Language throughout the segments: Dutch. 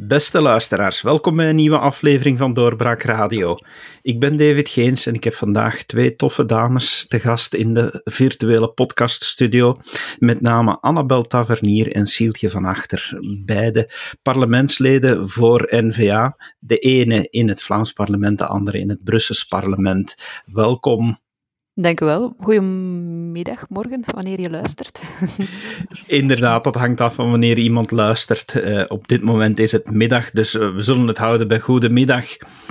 Beste luisteraars, welkom bij een nieuwe aflevering van Doorbraak Radio. Ik ben David Geens en ik heb vandaag twee toffe dames te gast in de virtuele podcaststudio, met name Annabel Tavernier en Sieltje van Achter, beide parlementsleden voor N-VA, de ene in het Vlaams parlement, de andere in het Brussels parlement. Welkom. Dank u wel. Goedemiddag, morgen, wanneer je luistert. Inderdaad, dat hangt af van wanneer iemand luistert. Op dit moment is het middag, dus we zullen het houden bij goedemiddag.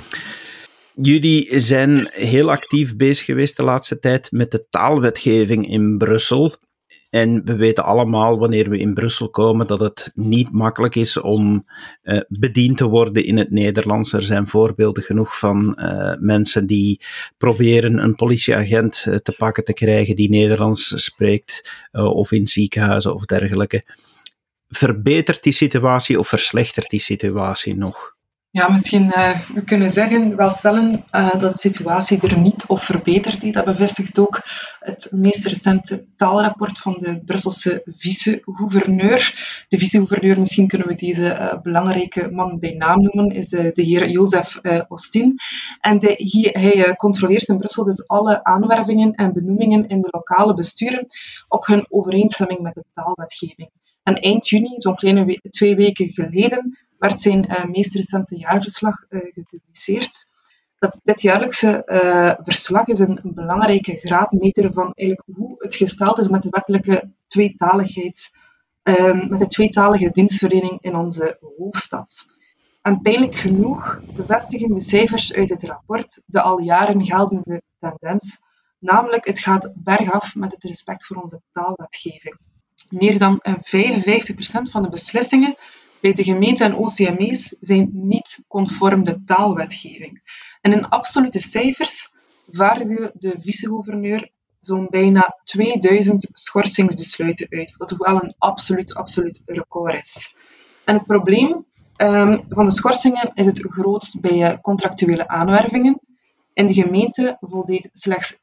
Jullie zijn heel actief bezig geweest de laatste tijd met de taalwetgeving in Brussel. En we weten allemaal, wanneer we in Brussel komen, dat het niet makkelijk is om bediend te worden in het Nederlands. Er zijn voorbeelden genoeg van mensen die proberen een politieagent te pakken te krijgen die Nederlands spreekt, of in ziekenhuizen of dergelijke. Verbetert die situatie of verslechtert die situatie nog? Ja, misschien we kunnen zeggen, wel stellen dat de situatie er niet op verbetert. Dat bevestigt ook het meest recente taalrapport van de Brusselse vice-gouverneur. De vice-gouverneur, misschien kunnen we deze belangrijke man bij naam noemen, is de heer Jozef Ostin. En hij controleert in Brussel dus alle aanwervingen en benoemingen in de lokale besturen op hun overeenstemming met de taalwetgeving. En eind juni, zo'n kleine 2 weken geleden, werd zijn meest recente jaarverslag gepubliceerd. Dit jaarlijkse verslag is een belangrijke graadmeter van eigenlijk hoe het gesteld is met de wettelijke tweetaligheid, met de tweetalige dienstverlening in onze hoofdstad. En pijnlijk genoeg bevestigen de cijfers uit het rapport de al jaren geldende tendens, namelijk het gaat bergaf met het respect voor onze taalwetgeving. Meer dan 55% van de beslissingen bij de gemeenten en OCME's zijn niet conform de taalwetgeving. En in absolute cijfers vaardigde de vice-gouverneur zo'n bijna 2000 schorsingsbesluiten uit, wat toch wel een absoluut record is. En het probleem van de schorsingen is het grootst bij contractuele aanwervingen. In de gemeente voldeed slechts 14%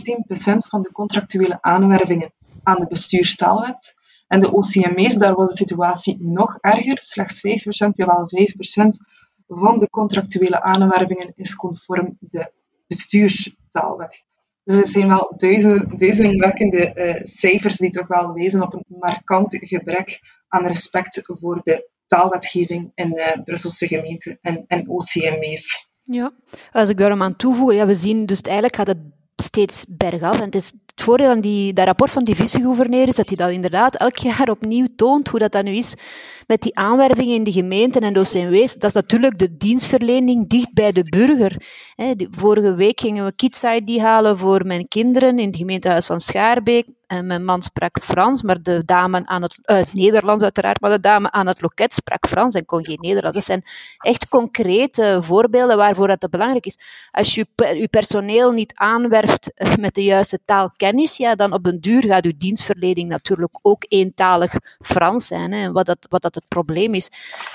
van de contractuele aanwervingen aan de bestuurstaalwet. En de OCME's, daar was de situatie nog erger. Slechts 5%, jawel 5% van de contractuele aanwervingen is conform de bestuurstaalwet. Dus het zijn wel duizelingwekkende cijfers die toch wel wijzen op een markant gebrek aan respect voor de taalwetgeving in Brusselse gemeenten en OCME's. Ja, als ik daarom aan toevoeg, we zien dus eigenlijk gaat het steeds bergaf. En het voordeel aan dat rapport van die vice-gouverneur is dat hij dat inderdaad elk jaar opnieuw toont, hoe dat nu is met die aanwervingen in de gemeenten en de OCMW's. Dat is natuurlijk de dienstverlening dicht bij de burger. Vorige week gingen we Kids ID halen voor mijn kinderen in het gemeentehuis van Schaarbeek. En mijn man sprak Frans, maar de dame aan het Nederlands uiteraard, maar de dame aan het loket sprak Frans en kon geen Nederlands. Dat zijn echt concrete voorbeelden waarvoor dat belangrijk is. Als je je personeel niet aanwerft met de juiste taalkennis, dan op den duur gaat je dienstverlening natuurlijk ook eentalig Frans zijn, hè, wat dat het probleem is.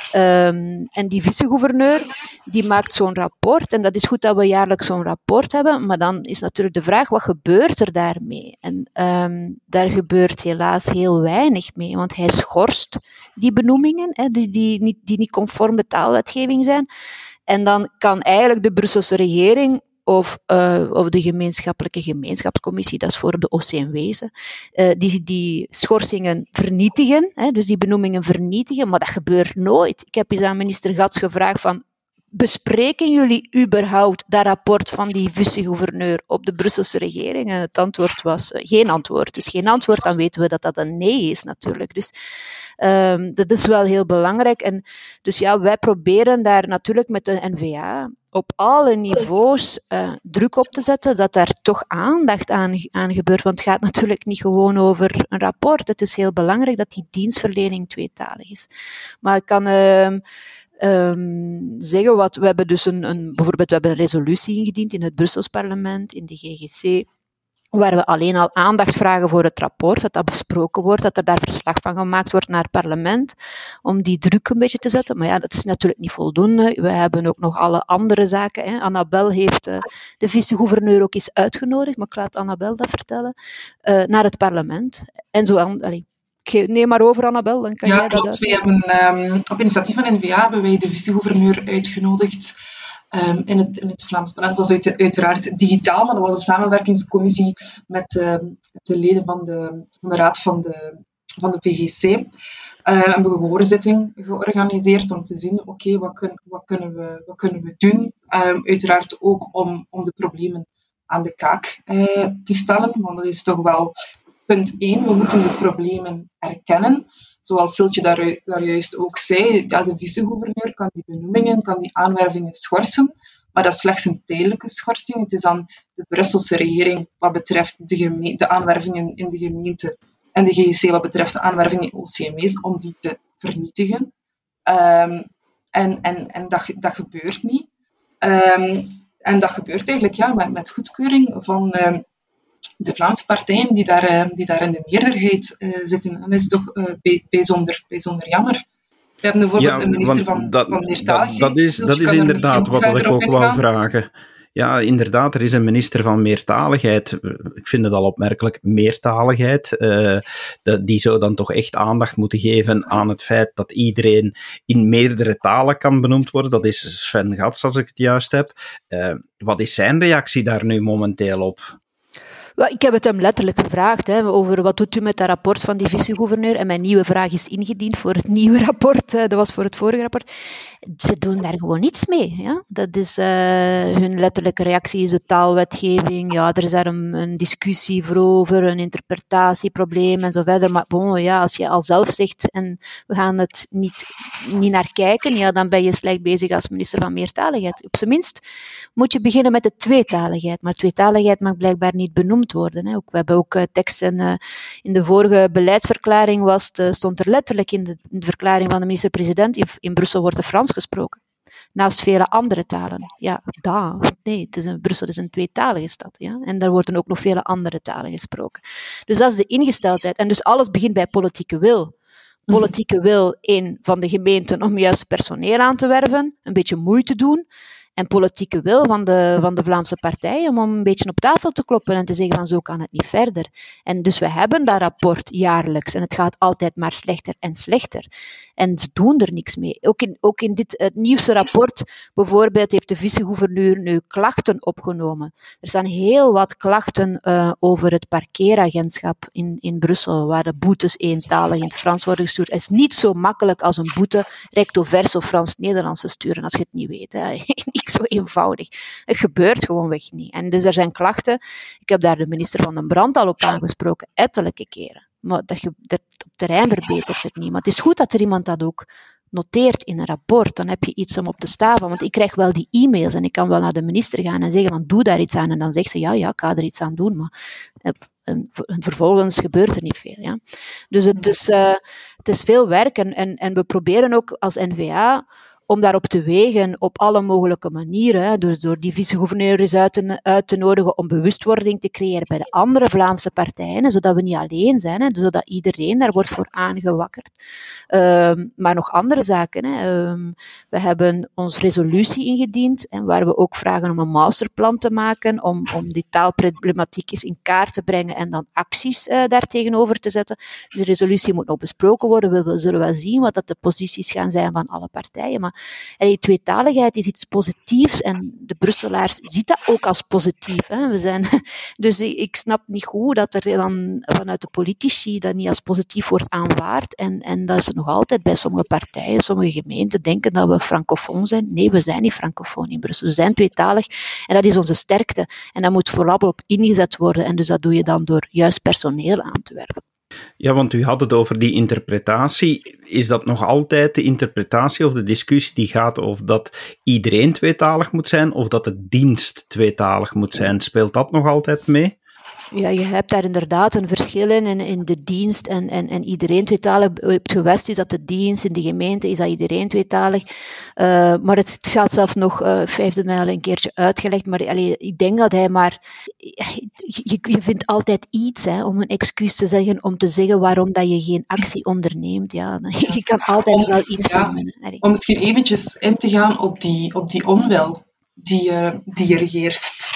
En die vice-gouverneur, die maakt zo'n rapport, en dat is goed dat we jaarlijks zo'n rapport hebben, maar dan is natuurlijk de vraag, wat gebeurt er daarmee? En daar gebeurt helaas heel weinig mee, want hij schorst die benoemingen, die niet conform de taalwetgeving zijn. En dan kan eigenlijk de Brusselse regering of de gemeenschappelijke gemeenschapscommissie, dat is voor de OCMW's, die schorsingen vernietigen, dus die benoemingen vernietigen, maar dat gebeurt nooit. Ik heb eens aan minister Gats gevraagd van, bespreken jullie überhaupt dat rapport van die vice-gouverneur op de Brusselse regering? En het antwoord was geen antwoord. Dus geen antwoord, dan weten we dat dat een nee is natuurlijk. Dus dat is wel heel belangrijk. En dus ja, wij proberen daar natuurlijk met de N-VA op alle niveaus druk op te zetten, dat daar toch aandacht aan gebeurt. Want het gaat natuurlijk niet gewoon over een rapport. Het is heel belangrijk dat die dienstverlening tweetalig is. Maar ik kan zeggen, we hebben dus bijvoorbeeld we hebben een resolutie ingediend in het Brussels parlement, in de GGC, waar we alleen al aandacht vragen voor het rapport, dat besproken wordt, dat er daar verslag van gemaakt wordt naar het parlement, om die druk een beetje te zetten. Maar ja, dat is natuurlijk niet voldoende. We hebben ook nog alle andere zaken. Hè. Annabel heeft de vice-gouverneur ook eens uitgenodigd, maar ik laat Annabel dat vertellen, naar het parlement. En zo, Neem maar over, Annabel, dan kan jij klopt. dat Wij hebben, op initiatief van N-VA hebben wij de vice-gouverneur uitgenodigd in het Vlaams Parlement. Dat was uiteraard digitaal, maar dat was een samenwerkingscommissie met de leden van de raad van de VGC. We hebben een gehoorzitting georganiseerd om te zien, oké, wat kunnen we doen? Uiteraard ook om de problemen aan de kaak te stellen, want dat is toch wel punt 1. We moeten de problemen erkennen. Zoals Siltje daar juist ook zei, ja, de vice-gouverneur kan die benoemingen, kan die aanwervingen schorsen, maar dat is slechts een tijdelijke schorsing. Het is aan de Brusselse regering wat betreft de aanwervingen in de gemeente en de GGC wat betreft de aanwervingen in OCME's, om die te vernietigen. En dat gebeurt niet. En dat gebeurt eigenlijk met goedkeuring van de Vlaamse partijen die daar in de meerderheid zitten. En dat is toch bijzonder jammer. We hebben bijvoorbeeld een minister van meertaligheid. Dat is inderdaad wat ik ook wou vragen. Ja, inderdaad, er is een minister van meertaligheid. Ik vind het al opmerkelijk, meertaligheid. Die zou dan toch echt aandacht moeten geven aan het feit dat iedereen in meerdere talen kan benoemd worden. Dat is Sven Gats, als ik het juist heb. Wat is zijn reactie daar nu momenteel op? Wel, ik heb het hem letterlijk gevraagd over wat doet u met dat rapport van die vice-gouverneur. En mijn nieuwe vraag is ingediend voor het nieuwe rapport. Dat was voor het vorige rapport. Ze doen daar gewoon niets mee. Ja? Dat is, hun letterlijke reactie is de taalwetgeving. Ja, er is daar een discussie voor over, een interpretatieprobleem en zo verder. Maar bon, ja, als je al zelf zegt en we gaan het niet naar kijken, ja, dan ben je slecht bezig als minister van meertaligheid. Op zijn minst moet je beginnen met de tweetaligheid. Maar tweetaligheid mag blijkbaar niet benoemd worden. We hebben ook teksten in de vorige beleidsverklaring stond er letterlijk in de verklaring van de minister-president, in Brussel wordt er Frans gesproken. Naast vele andere talen. Ja, Brussel is een tweetalige stad. Ja? En daar worden ook nog vele andere talen gesproken. Dus dat is de ingesteldheid. En dus alles begint bij politieke wil. Politieke wil van de gemeenten om juist personeel aan te werven, een beetje moeite doen. En politieke wil van de Vlaamse partijen om een beetje op tafel te kloppen en te zeggen van zo kan het niet verder. En dus we hebben dat rapport jaarlijks en het gaat altijd maar slechter en slechter. En ze doen er niks mee. Ook in het nieuwste rapport bijvoorbeeld heeft de vice-gouverneur nu klachten opgenomen. Er staan heel wat klachten over het parkeeragentschap in Brussel, waar de boetes eentalig in het Frans worden gestuurd. Het is niet zo makkelijk als een boete recto verso Frans-Nederlands te sturen, als je het niet weet. Hè. Zo eenvoudig. Het gebeurt gewoonweg niet. En dus er zijn klachten. Ik heb daar de minister van de Brand al op aangesproken, ettelijke keren. Maar op terrein verbetert het niet. Maar het is goed dat er iemand dat ook noteert in een rapport. Dan heb je iets om op te staven. Want ik krijg wel die e-mails en ik kan wel naar de minister gaan en zeggen van doe daar iets aan. En dan zegt ze ja, ik ga er iets aan doen. Maar vervolgens gebeurt er niet veel. Ja. Dus het is veel werk en we proberen ook als N-VA om daarop te wegen op alle mogelijke manieren, dus door die vice-gouverneur eens uit te nodigen om bewustwording te creëren bij de andere Vlaamse partijen, zodat we niet alleen zijn, zodat iedereen daar wordt voor aangewakkerd. Maar nog andere zaken. We hebben ons resolutie ingediend, waar we ook vragen om een masterplan te maken, om die taalproblematiek eens in kaart te brengen en dan acties daar tegenover te zetten. De resolutie moet nog besproken worden. We zullen wel zien wat dat de posities gaan zijn van alle partijen. Maar die tweetaligheid is iets positiefs en de Brusselaars zien dat ook als positief. Hè. Dus ik snap niet goed dat er dan vanuit de politici dat niet als positief wordt aanvaard. En dat is nog altijd bij sommige partijen, sommige gemeenten denken dat we francofoon zijn. Nee, we zijn niet francofoon in Brussel. We zijn tweetalig en dat is onze sterkte. En daar moet vooral op ingezet worden. En dus dat doe je dan door juist personeel aan te werven. Ja, want u had het over die interpretatie. Is dat nog altijd de interpretatie of de discussie die gaat over dat iedereen tweetalig moet zijn of dat de dienst tweetalig moet zijn? Speelt dat nog altijd mee? Ja, je hebt daar inderdaad een verschil in de dienst en iedereen tweetalig. Op het gewest is dat de dienst, in de gemeente is dat iedereen tweetalig. Maar het gaat zelfs nog, heeft het mij al een keertje uitgelegd, maar ik denk dat hij maar... Je vindt altijd iets om een excuus te zeggen, om te zeggen waarom dat je geen actie onderneemt. Ja. Je kan altijd wel iets vinden. Om misschien eventjes in te gaan op die onwil die er heerst.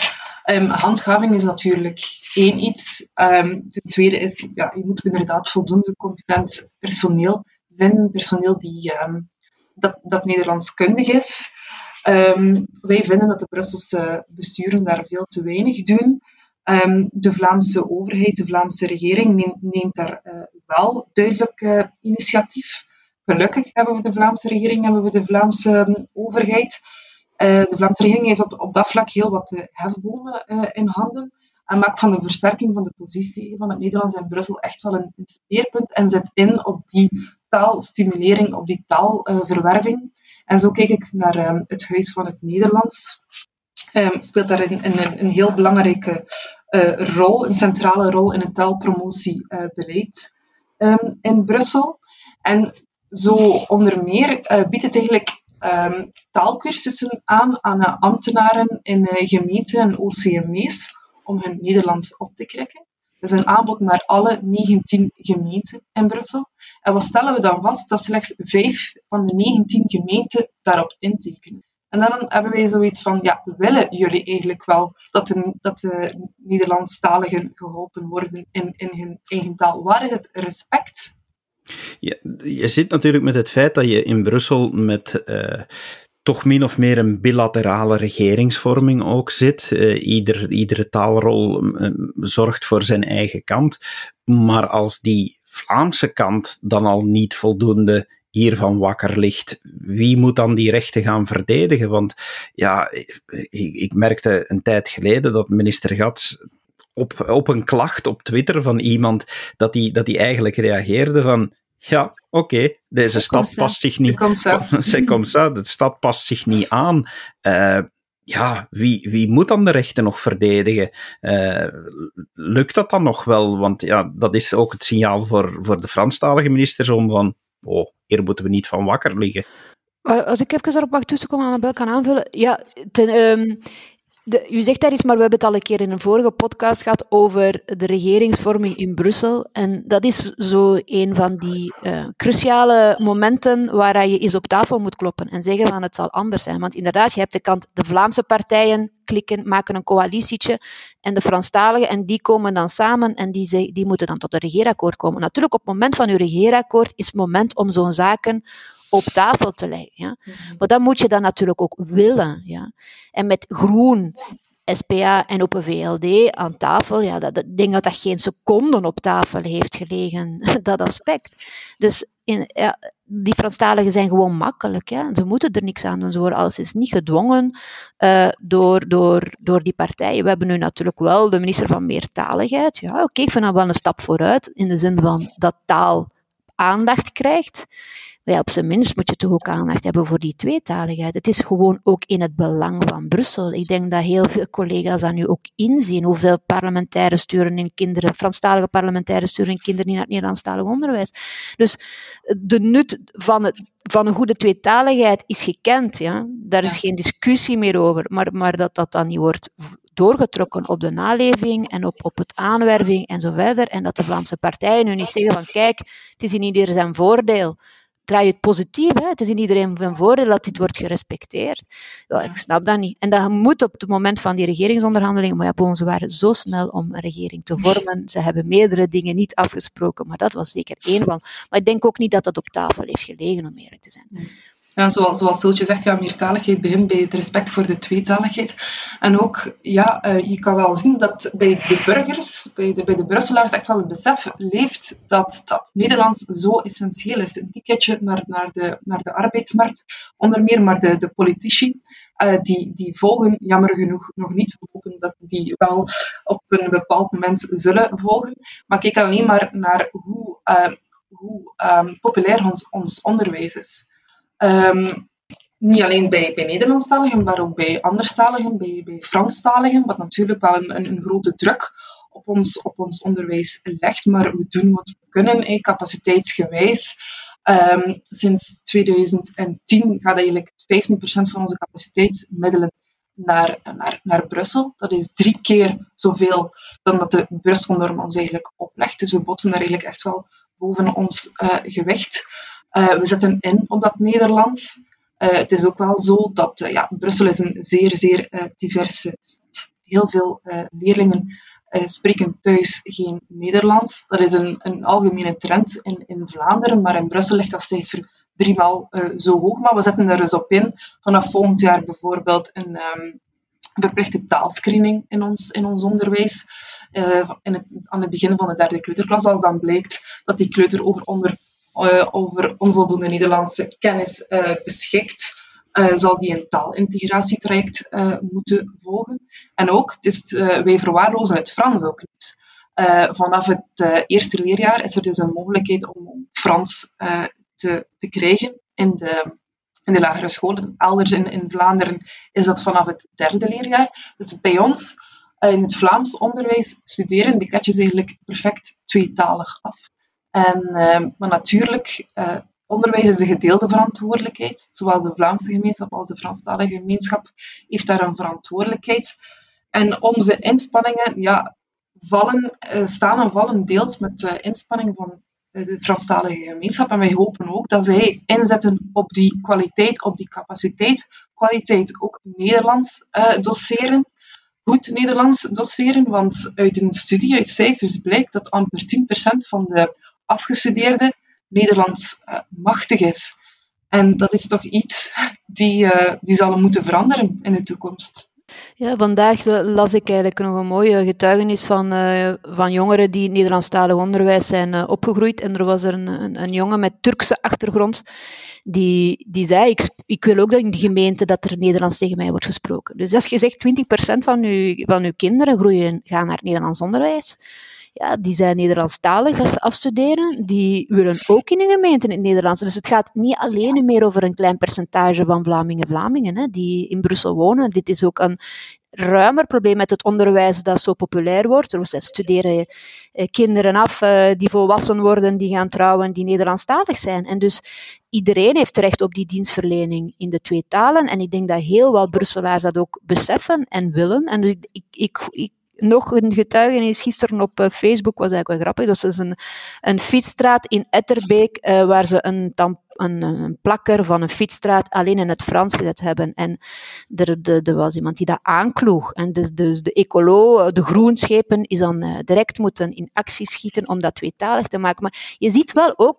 Handhaving is natuurlijk één iets. Ten tweede is, je moet inderdaad voldoende competent personeel vinden. Personeel die dat Nederlandskundig is. Wij vinden dat de Brusselse besturen daar veel te weinig doen. De Vlaamse overheid, de Vlaamse regering neemt daar wel duidelijk initiatief. Gelukkig hebben we de Vlaamse regering, hebben we de Vlaamse overheid. De Vlaamse regering heeft op dat vlak heel wat hefbomen in handen en maakt van de versterking van de positie van het Nederlands in Brussel echt wel een speerpunt en zet in op die taalstimulering, op die taalverwerving. En zo kijk ik naar het Huis van het Nederlands. Speelt daar een heel belangrijke rol, een centrale rol in het taalpromotiebeleid in Brussel. En zo onder meer biedt het eigenlijk taalkursussen aan ambtenaren in gemeenten en OCMW's om hun Nederlands op te krikken. Dat is een aanbod naar alle 19 gemeenten in Brussel. En wat stellen we dan vast? Dat slechts 5 van de 19 gemeenten daarop intekenen. En dan hebben wij zoiets van, willen jullie eigenlijk wel dat de Nederlandstaligen geholpen worden in hun eigen taal? Waar is het respect? Ja, je zit natuurlijk met het feit dat je in Brussel met toch min of meer een bilaterale regeringsvorming ook zit. Iedere taalrol zorgt voor zijn eigen kant. Maar als die Vlaamse kant dan al niet voldoende hiervan wakker ligt, wie moet dan die rechten gaan verdedigen? Want ik merkte een tijd geleden dat minister Gats op een klacht op Twitter van iemand dat die eigenlijk reageerde van deze stad past zich niet. C'est comme ça. De stad past zich niet aan. Wie moet dan de rechten nog verdedigen? Lukt dat dan nog wel? Want dat is ook het signaal voor de Franstalige ministers om van, hier moeten we niet van wakker liggen. Als ik even daarop mag tussenkomen, Annabel kan aanvullen. U zegt daar iets, maar we hebben het al een keer in een vorige podcast gehad over de regeringsvorming in Brussel. En dat is zo een van die cruciale momenten waar je eens op tafel moet kloppen en zeggen van het zal anders zijn. Want inderdaad, je hebt de kant de Vlaamse partijen maken een coalitietje en de Franstaligen en die komen dan samen en die moeten dan tot een regeerakkoord komen. Natuurlijk, op het moment van uw regeerakkoord is het moment om zo'n zaken op tafel te leggen. Ja. Maar dan moet je dat natuurlijk ook willen. Ja. En met Groen, SPA en Open VLD aan tafel, ik denk dat geen seconden op tafel heeft gelegen, dat aspect. Dus die Franstaligen zijn gewoon makkelijk. Ja. Ze moeten er niks aan doen. Alles is niet gedwongen door die partijen. We hebben nu natuurlijk wel de minister van Meertaligheid. Ik vind dat wel een stap vooruit, in de zin van dat taal aandacht krijgt. Maar op zijn minst moet je toch ook aandacht hebben voor die tweetaligheid. Het is gewoon ook in het belang van Brussel. Ik denk dat heel veel collega's dat nu ook inzien, hoeveel parlementairen sturen in kinderen, Franstalige parlementairen sturen in kinderen in het Nederlandstalig onderwijs. Dus de nut van een goede tweetaligheid is gekend. Ja? Daar is geen discussie meer over. Maar dat dan niet wordt doorgetrokken op de naleving en op het aanwerving en zo verder. En dat de Vlaamse partijen nu niet zeggen van kijk, het is in ieder zijn voordeel. Draai je het positief, hè? Het is in iedereen van voordeel dat dit wordt gerespecteerd. Ik snap dat niet. En dat moet op het moment van die regeringsonderhandelingen, maar ze waren zo snel om een regering te vormen. Ze hebben meerdere dingen niet afgesproken, maar dat was zeker één van. Maar ik denk ook niet dat dat op tafel heeft gelegen, om eerlijk te zijn. Ja, zoals Siltje zegt, meertaligheid begint bij het respect voor de tweetaligheid. En ook, je kan wel zien dat bij de burgers, bij de Brusselaars echt wel het besef leeft dat Nederlands zo essentieel is. Een ticketje naar de arbeidsmarkt, onder meer, maar de politici, die volgen jammer genoeg nog niet. We hopen dat die wel op een bepaald moment zullen volgen. Maar kijk alleen maar naar hoe populair ons onderwijs is. Niet alleen bij Nederlandstaligen, maar ook bij anderstaligen, bij Franstaligen, wat natuurlijk wel een grote druk op ons onderwijs legt. Maar we doen wat we kunnen, capaciteitsgewijs. Sinds 2010 gaat eigenlijk 15% van onze capaciteitsmiddelen naar Brussel. Dat is 3 keer zoveel dan dat de Brussel-norm ons eigenlijk oplegt. Dus we botsen daar eigenlijk echt wel boven ons gewicht. We zetten in op dat Nederlands. Het is ook wel zo dat Brussel is een zeer, zeer diverse stad heel veel leerlingen spreken thuis geen Nederlands. Dat is een algemene trend in Vlaanderen, maar in Brussel ligt dat cijfer 3 maal zo hoog. Maar we zetten er dus op in, vanaf volgend jaar bijvoorbeeld een verplichte taalscreening in ons onderwijs. Aan het begin van de 3e kleuterklas, als dan blijkt dat die kleuter over onvoldoende Nederlandse kennis beschikt, zal die een taalintegratietraject moeten volgen. En ook, wij verwaarlozen het Frans ook niet. Vanaf het eerste leerjaar is er dus een mogelijkheid om Frans te krijgen in de lagere scholen. Elders in Vlaanderen is dat vanaf het 3e leerjaar. Dus bij ons, in het Vlaams onderwijs, studeren de katjes eigenlijk perfect tweetalig af. Maar natuurlijk, onderwijs is een gedeelde verantwoordelijkheid. Zowel de Vlaamse gemeenschap als de Franstalige gemeenschap heeft daar een verantwoordelijkheid. En onze inspanningen staan en vallen deels met de inspanning van de Franstalige gemeenschap. En wij hopen ook dat zij inzetten op die kwaliteit, op die capaciteit. Kwaliteit ook Nederlands doseren. Goed Nederlands doseren, want uit een studie, uit cijfers, blijkt dat amper 10% van de afgestudeerden Nederlands machtig is. En dat is toch iets die zal moeten veranderen in de toekomst. Ja, vandaag las ik eigenlijk nog een mooie getuigenis van jongeren die in Nederlandstalig onderwijs zijn opgegroeid. En er was een jongen met Turkse achtergrond die zei, ik wil ook dat in de gemeente dat er Nederlands tegen mij wordt gesproken. Dus als je zegt 20% van uw kinderen gaan naar Nederlands onderwijs, ja, die zijn Nederlandstalig als ze afstuderen, die willen ook in een gemeente in het Nederlands. Dus het gaat niet alleen meer over een klein percentage van Vlamingen hè, die in Brussel wonen. Dit is ook een ruimer probleem met het onderwijs dat zo populair wordt. Er studeren kinderen af die volwassen worden, die gaan trouwen, die Nederlandstalig zijn. En dus iedereen heeft recht op die dienstverlening in de 2 talen. En ik denk dat heel wat Brusselaars dat ook beseffen en willen. En dus ik nog een getuigenis gisteren op Facebook, was eigenlijk wel grappig. Dat is een fietsstraat in Etterbeek, waar ze een plakker van een fietsstraat alleen in het Frans gezet hebben. En er was iemand die dat aankloeg. En dus de ecolo, de groenschepen, is dan direct moeten in actie schieten om dat tweetalig te maken. Maar je ziet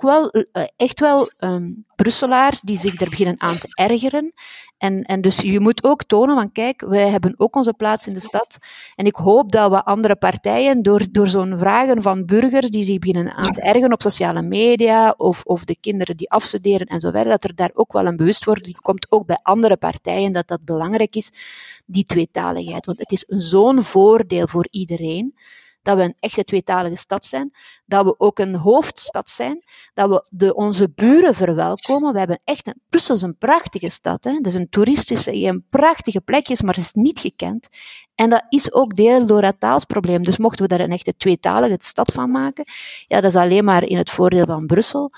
echt wel Brusselaars die zich er beginnen aan te ergeren. En dus je moet ook tonen van, kijk, wij hebben ook onze plaats in de stad. En ik hoop dat we andere partijen, door zo'n vragen van burgers die zich beginnen aan te ergeren op sociale media, of de kinderen die afstuderen en zo verder, dat er daar ook wel een bewustwording komt, ook bij andere partijen, dat belangrijk is, die tweetaligheid. Want het is zo'n voordeel voor iedereen dat we een echte tweetalige stad zijn, dat we ook een hoofdstad zijn, dat we onze buren verwelkomen. We hebben echt Brussel is een prachtige stad. Hè? Het is een toeristische, een prachtige plekje, maar het is niet gekend. En dat is ook deel door het taalsprobleem. Dus mochten we daar een echte tweetalige stad van maken, ja, dat is alleen maar in het voordeel van Brussel.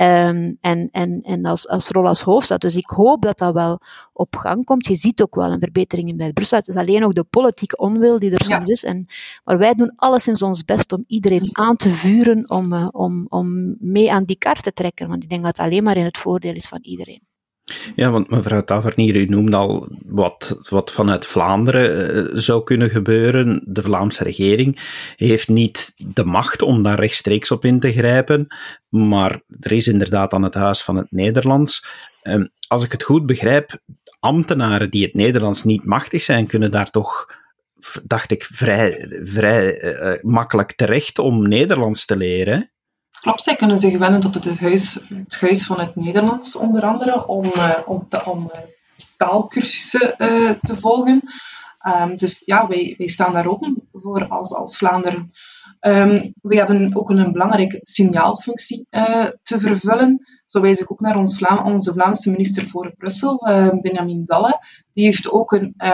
En als rol als hoofdstad. Dus ik hoop dat dat wel op gang komt. Je ziet ook wel een verbetering bij Brussel. Het is alleen nog de politieke onwil die er soms is. Maar wij doen alles in ons best om iedereen aan te vuren om mee aan die kaart te trekken. Want ik denk dat het alleen maar in het voordeel is van iedereen. Ja, want mevrouw Tavernier, u noemde al wat vanuit Vlaanderen zou kunnen gebeuren. De Vlaamse regering heeft niet de macht om daar rechtstreeks op in te grijpen, maar er is inderdaad aan het Huis van het Nederlands. Als ik het goed begrijp, ambtenaren die het Nederlands niet machtig zijn, kunnen daar toch, dacht ik, vrij makkelijk terecht om Nederlands te leren. Klopt, zij kunnen zich wenden tot het huis van het Nederlands, onder andere, om taalkursussen te volgen. Dus ja, wij staan daar open voor als Vlaanderen. Wij hebben ook een belangrijke signaalfunctie te vervullen. Zo wijs ik ook naar onze Vlaamse minister voor Brussel, Benjamin Dalle. Die heeft ook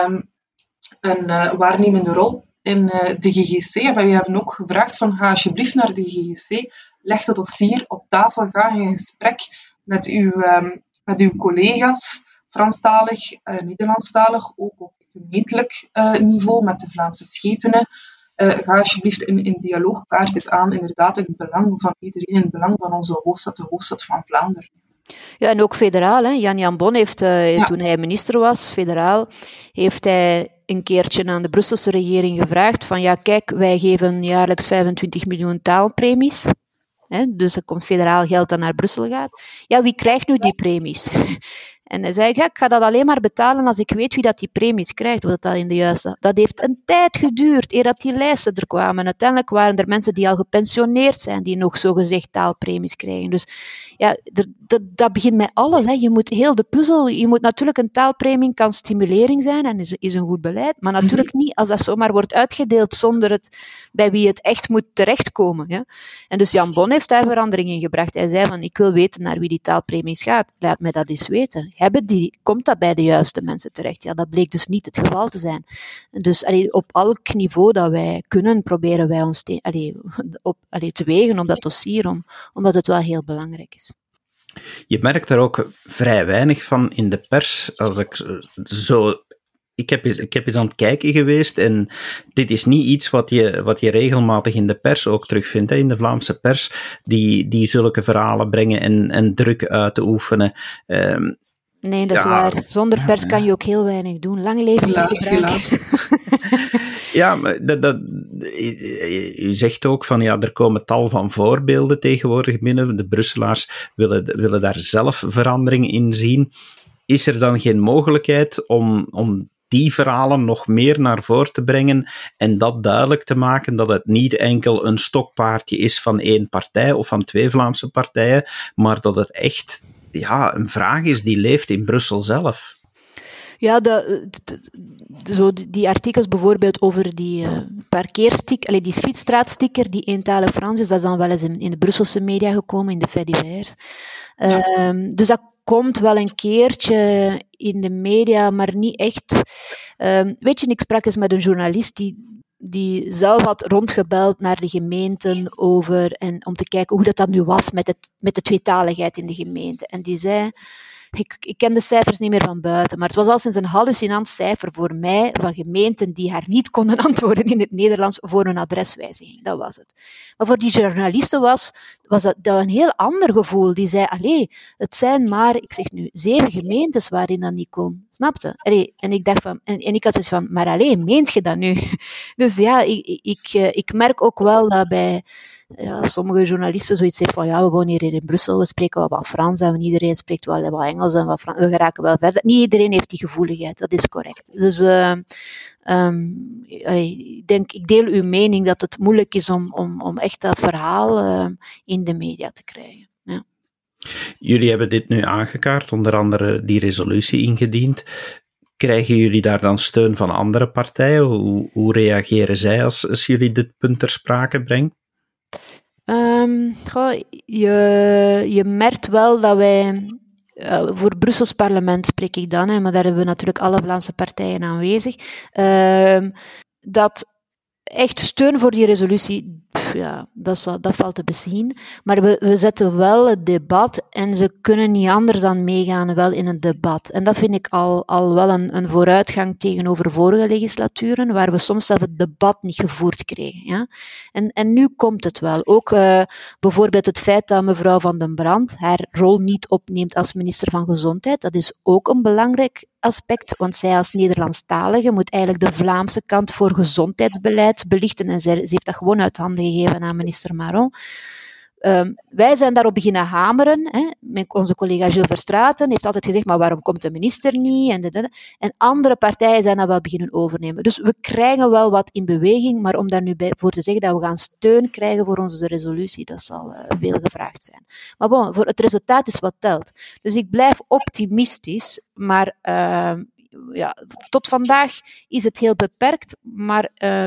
een waarnemende rol in de GGC. En wij hebben ook gevraagd van, ga alsjeblieft naar de GGC, leg het dossier op tafel, ga in gesprek met uw collega's, Franstalig, Nederlandstalig, ook op gemeentelijk niveau, met de Vlaamse schepenen. Ga alsjeblieft in dialoog, kaart dit aan, inderdaad in het belang van iedereen, in het belang van onze hoofdstad, de hoofdstad van Vlaanderen. Ja, en ook federaal. Hè. Jan Bon heeft, toen hij minister was, federaal, heeft een keertje aan de Brusselse regering gevraagd van ja, kijk, wij geven jaarlijks 25 miljoen taalpremies. Dus er komt federaal geld dat naar Brussel gaat. Ja, wie krijgt nu die premies? En hij zei, ja, ik ga dat alleen maar betalen als ik weet wie dat die premies krijgt. Dat heeft een tijd geduurd, eer dat die lijsten er kwamen. Uiteindelijk waren er mensen die al gepensioneerd zijn, die nog zogezegd taalpremies krijgen. Dus ja, dat begint met alles. Hè. Je moet heel de puzzel, je moet natuurlijk een taalpremie kan stimulering zijn en is een goed beleid, maar natuurlijk niet als dat zomaar wordt uitgedeeld zonder het bij wie het echt moet terechtkomen. Ja. En dus Jan Bon heeft daar verandering in gebracht. Hij zei van, ik wil weten naar wie die taalpremies gaat. Laat mij dat eens weten. Komt dat bij de juiste mensen terecht? Ja, dat bleek dus niet het geval te zijn. Dus op elk niveau dat wij kunnen, proberen wij ons te wegen op dat dossier, omdat het wel heel belangrijk is. Je merkt er ook vrij weinig van in de pers. Als ik zo... Ik heb eens aan het kijken geweest en dit is niet iets wat je regelmatig in de pers ook terugvindt, hè, in de Vlaamse pers, die zulke verhalen brengen en druk uit te oefenen. Nee, dat is waar. Zonder pers kan je ook heel weinig doen. Lang leven de helaas. Ja, maar u zegt ook van ja, er komen tal van voorbeelden tegenwoordig binnen. De Brusselaars willen daar zelf verandering in zien. Is er dan geen mogelijkheid om die verhalen nog meer naar voren te brengen en dat duidelijk te maken dat het niet enkel een stokpaardje is van één partij of van twee Vlaamse partijen, maar dat het echt een vraag is die leeft in Brussel zelf? Ja, die artikels bijvoorbeeld over die parkeersticker, die fietsstraatsticker die eentalig Frans is, dat is dan wel eens in de Brusselse media gekomen, in de faits divers. Dus dat komt wel een keertje in de media, maar niet echt. Weet je, ik sprak eens met een journalist die zelf had rondgebeld naar de gemeenten om te kijken hoe dat nu was met de tweetaligheid in de gemeente. En die zei, ik ken de cijfers niet meer van buiten, maar het was al sinds een hallucinant cijfer voor mij van gemeenten die haar niet konden antwoorden in het Nederlands voor een adreswijziging. Dat was het. Maar voor die journalisten was dat een heel ander gevoel. Die zei, het zijn maar, ik zeg nu, 7 gemeentes waarin dat niet kon. Snapte? En ik dacht en ik had zoiets van, maar meent je dat nu? Dus ja, ik merk ook wel dat bij sommige journalisten zoiets zeggen van, we wonen hier in Brussel, we spreken wel wat Frans en iedereen spreekt wel wat Engels en wat Frans, we geraken wel verder. Niet iedereen heeft die gevoeligheid, dat is correct. Dus ik deel uw mening dat het moeilijk is om echt dat verhaal in de media te krijgen. Ja. Jullie hebben dit nu aangekaart, onder andere die resolutie ingediend. Krijgen jullie daar dan steun van andere partijen? Hoe reageren zij als jullie dit punt ter sprake brengen? Je merkt wel dat wij, voor Brussels parlement spreek ik dan, maar daar hebben we natuurlijk alle Vlaamse partijen aanwezig, dat echt steun voor die resolutie, dat valt te bezien. Maar we zetten wel het debat en ze kunnen niet anders dan meegaan wel in het debat. En dat vind ik al wel een vooruitgang tegenover vorige legislaturen, waar we soms zelf het debat niet gevoerd kregen. Ja? En nu komt het wel. Ook bijvoorbeeld het feit dat mevrouw Van den Brand haar rol niet opneemt als minister van Gezondheid, dat is ook een belangrijk aspect, want zij als Nederlandstalige moet eigenlijk de Vlaamse kant voor gezondheidsbeleid belichten en ze heeft dat gewoon uit handen gegeven aan minister Maron. Wij zijn daarop beginnen hameren. Onze collega Gilles Verstraeten heeft altijd gezegd, maar waarom komt de minister niet? En andere partijen zijn dat wel beginnen overnemen. Dus we krijgen wel wat in beweging, maar om daar nu voor te zeggen dat we gaan steun krijgen voor onze resolutie, dat zal veel gevraagd zijn. Maar bon, voor het resultaat is wat telt. Dus ik blijf optimistisch, maar tot vandaag is het heel beperkt, maar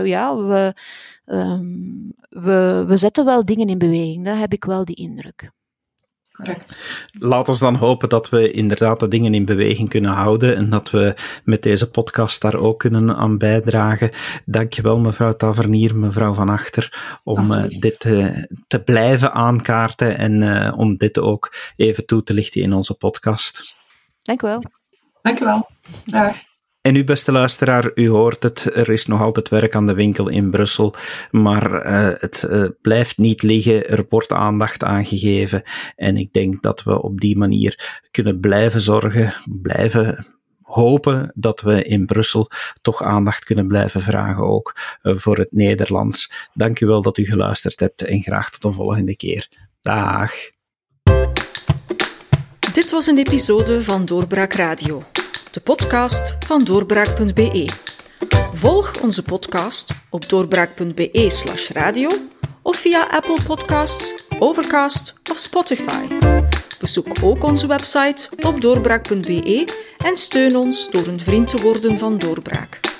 we zetten wel dingen in beweging. Dat heb ik wel die indruk. Correct. Laat ons dan hopen dat we inderdaad de dingen in beweging kunnen houden en dat we met deze podcast daar ook kunnen aan bijdragen. Dankjewel mevrouw Tavernier, mevrouw Van Achter, om dit te blijven aankaarten en om dit ook even toe te lichten in onze podcast. Dank u wel. Dank u wel. Dag. En u, beste luisteraar, u hoort het, er is nog altijd werk aan de winkel in Brussel, maar het blijft niet liggen, er wordt aandacht aan gegeven en ik denk dat we op die manier kunnen blijven zorgen, blijven hopen dat we in Brussel toch aandacht kunnen blijven vragen, ook voor het Nederlands. Dank u wel dat u geluisterd hebt en graag tot een volgende keer. Dag. Dit was een episode van Doorbraak Radio, de podcast van doorbraak.be. Volg onze podcast op doorbraak.be/radio of via Apple Podcasts, Overcast of Spotify. Bezoek ook onze website op doorbraak.be en steun ons door een vriend te worden van Doorbraak.